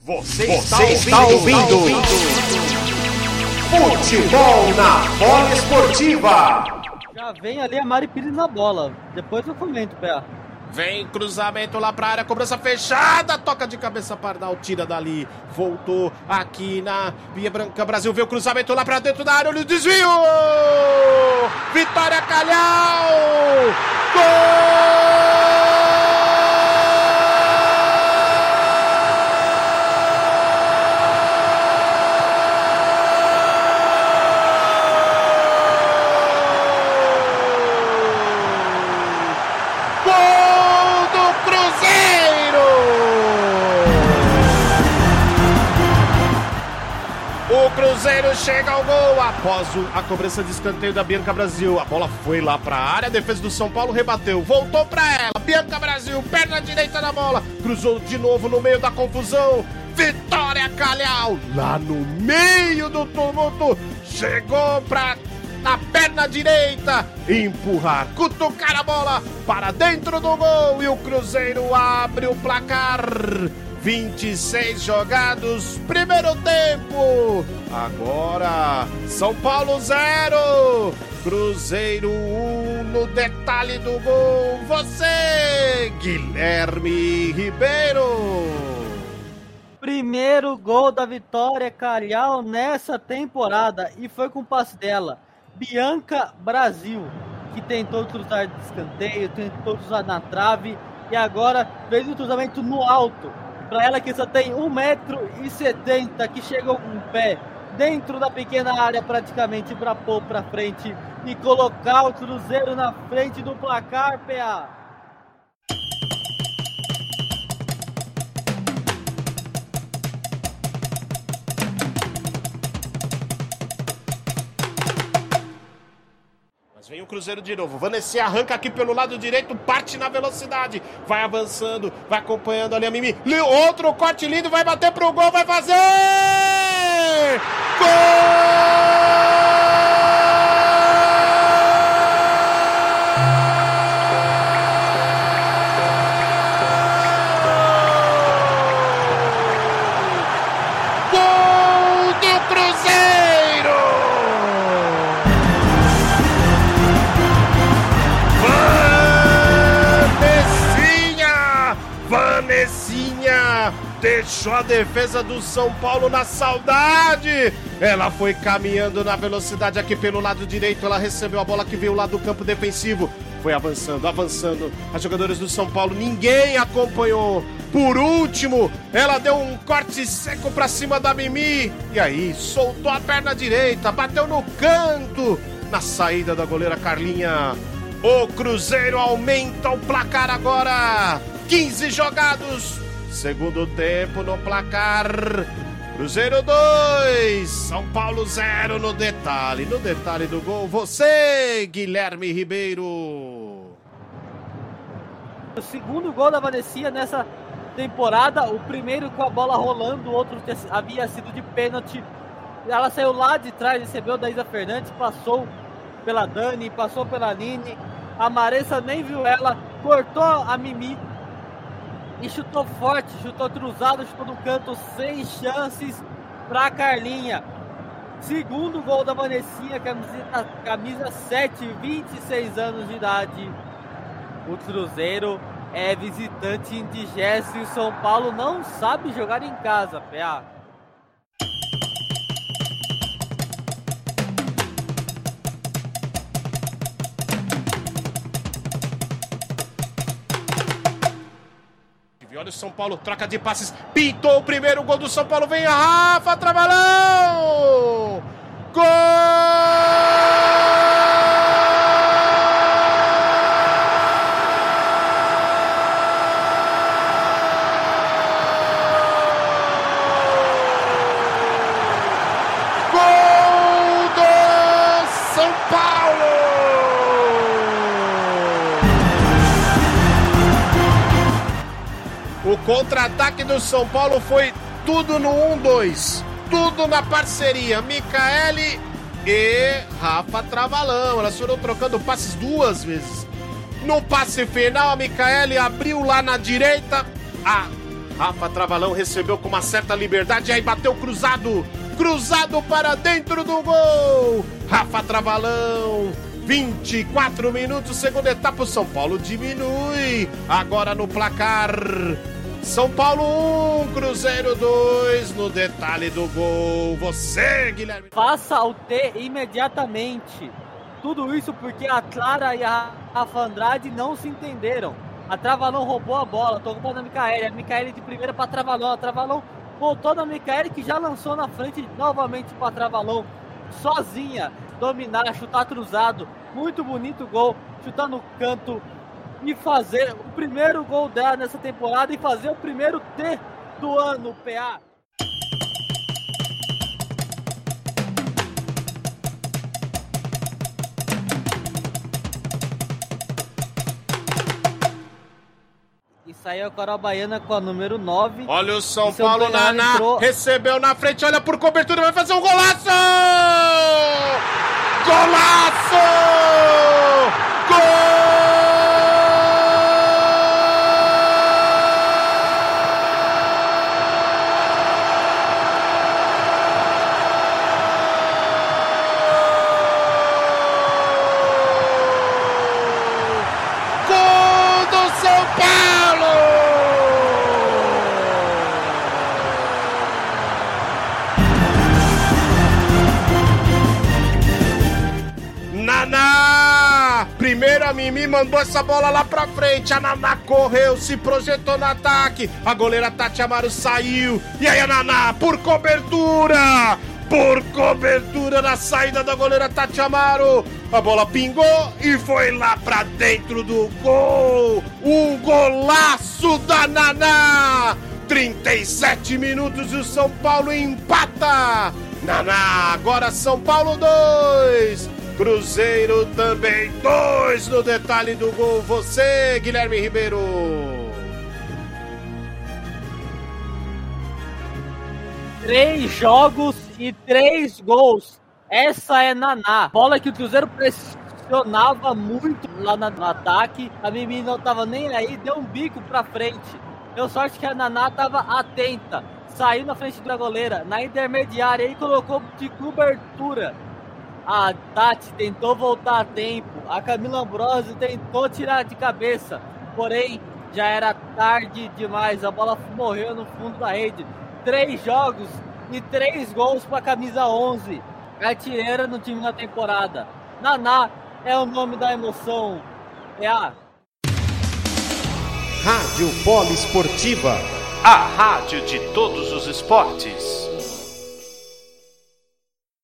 Você está ouvindo Futebol na Bola Esportiva. Já vem ali a Mari Pires na bola. Depois eu comento, Pé. Vem cruzamento lá pra área, cobrança fechada, toca de cabeça Pardal, tira dali, voltou aqui na Bia Branca Brasil, vê o cruzamento lá pra dentro da área, olha o desvio! Vitória Calhau! Gol! O Cruzeiro chega ao gol após a cobrança de escanteio da Bianca Brasil. A bola foi lá para a área, a defesa do São Paulo rebateu, voltou para ela. Bianca Brasil, perna direita na bola, cruzou de novo no meio da confusão. Vitória Calhau, lá no meio do tumulto, chegou na perna direita, empurrar, cutucar a bola para dentro do gol e o Cruzeiro abre o placar. 26 jogados, primeiro tempo. Agora, São Paulo 0, Cruzeiro 1 no detalhe do gol. Você, Guilherme Ribeiro. Primeiro gol da Vitória Calhau nessa temporada e foi com o passe dela. Bianca Brasil, que tentou cruzar de escanteio, tentou cruzar na trave e agora fez um cruzamento no alto. Para ela que só tem 1,70 m, que chegou com o pé dentro da pequena área praticamente para pôr para frente e colocar o Cruzeiro na frente do placar, PA. Vem o Cruzeiro de novo, Vanessa arranca aqui pelo lado direito, parte na velocidade, vai avançando, vai acompanhando ali a Mimi, outro corte lindo, vai bater pro gol, vai fazer! Gol! Vanessinha deixou a defesa do São Paulo na saudade. Ela foi caminhando na velocidade aqui pelo lado direito. Ela recebeu a bola que veio lá do campo defensivo. Foi avançando. As jogadoras do São Paulo, ninguém acompanhou. Por último, ela deu um corte seco pra cima da Mimi. E aí, soltou a perna direita, bateu no canto. Na saída da goleira Carlinha. O Cruzeiro aumenta o placar agora. 15 jogados, segundo tempo no placar, Cruzeiro 2, São Paulo 0 no detalhe do gol, você, Guilherme Ribeiro. O segundo gol da Vanessinha nessa temporada, o primeiro com a bola rolando, o outro havia sido de pênalti, ela saiu lá de trás, recebeu da Isa Fernandes, passou pela Dani, passou pela Aline, a Maressa nem viu ela, cortou a Mimi, e chutou forte, chutou cruzado, chutou no canto, sem chances para Carlinha. Segundo gol da Vanessinha, camisa 7, 26 anos de idade. O Cruzeiro é visitante indigesto e o São Paulo não sabe jogar em casa, PA. Olha o São Paulo, troca de passes, pintou o primeiro gol do São Paulo, vem a Rafa Trabalhão! Gol! Gol do São Paulo! O contra-ataque do São Paulo foi tudo no 1-2. Tudo na parceria. Micaele e Rafa Travalão. Elas foram trocando passes duas vezes. No passe final, a Micaele abriu lá na direita. A Rafa Travalão recebeu com uma certa liberdade, aí bateu cruzado para dentro do gol. Rafa Travalão, 24 minutos, segunda etapa, o São Paulo diminui. Agora no placar, São Paulo 1, Cruzeiro 2, no detalhe do gol. Você, Guilherme. Faça o T imediatamente. Tudo isso porque a Clara e a Rafa Andrade não se entenderam. A Travalão roubou a bola, tocou na Micaele. A Micaele de primeira para Travalão. A Travalão voltou na Micaele, que já lançou na frente novamente para Travalão. Sozinha, dominar, chutar cruzado. Muito bonito gol, chutar no canto e fazer o primeiro gol dela nessa temporada e fazer o primeiro T do ano, PA. E saiu a Coral Baiana com a número 9. Olha o São Paulo, Naná, recebeu na frente, olha por cobertura, vai fazer um golaço! Golaço! Gol! Naná! Primeiro a Mimi mandou essa bola lá pra frente. A Naná correu, se projetou no ataque. A goleira Tati Amaro saiu. E aí a Naná, por cobertura! Por cobertura na saída da goleira Tati Amaro. A bola pingou e foi lá pra dentro do gol. Um golaço da Naná! 37 minutos e o São Paulo empata. Naná, agora São Paulo 2. Cruzeiro também 2 no detalhe do gol. Você, Guilherme Ribeiro. Três jogos e 3 gols. Essa é Naná. Bola que o Cruzeiro pressionava muito lá no ataque. A Mimi não tava nem aí, deu um bico pra frente. Deu sorte que a Naná tava atenta. Saiu na frente da goleira, na intermediária e colocou de cobertura. A Tati tentou voltar a tempo. A Camila Ambrosio tentou tirar de cabeça. Porém, já era tarde demais. A bola morreu no fundo da rede. 3 jogos e 3 gols para a camisa 11. Artilheira no time na temporada. Naná é o nome da emoção. É a Rádio Poliesportiva, a rádio de todos os esportes.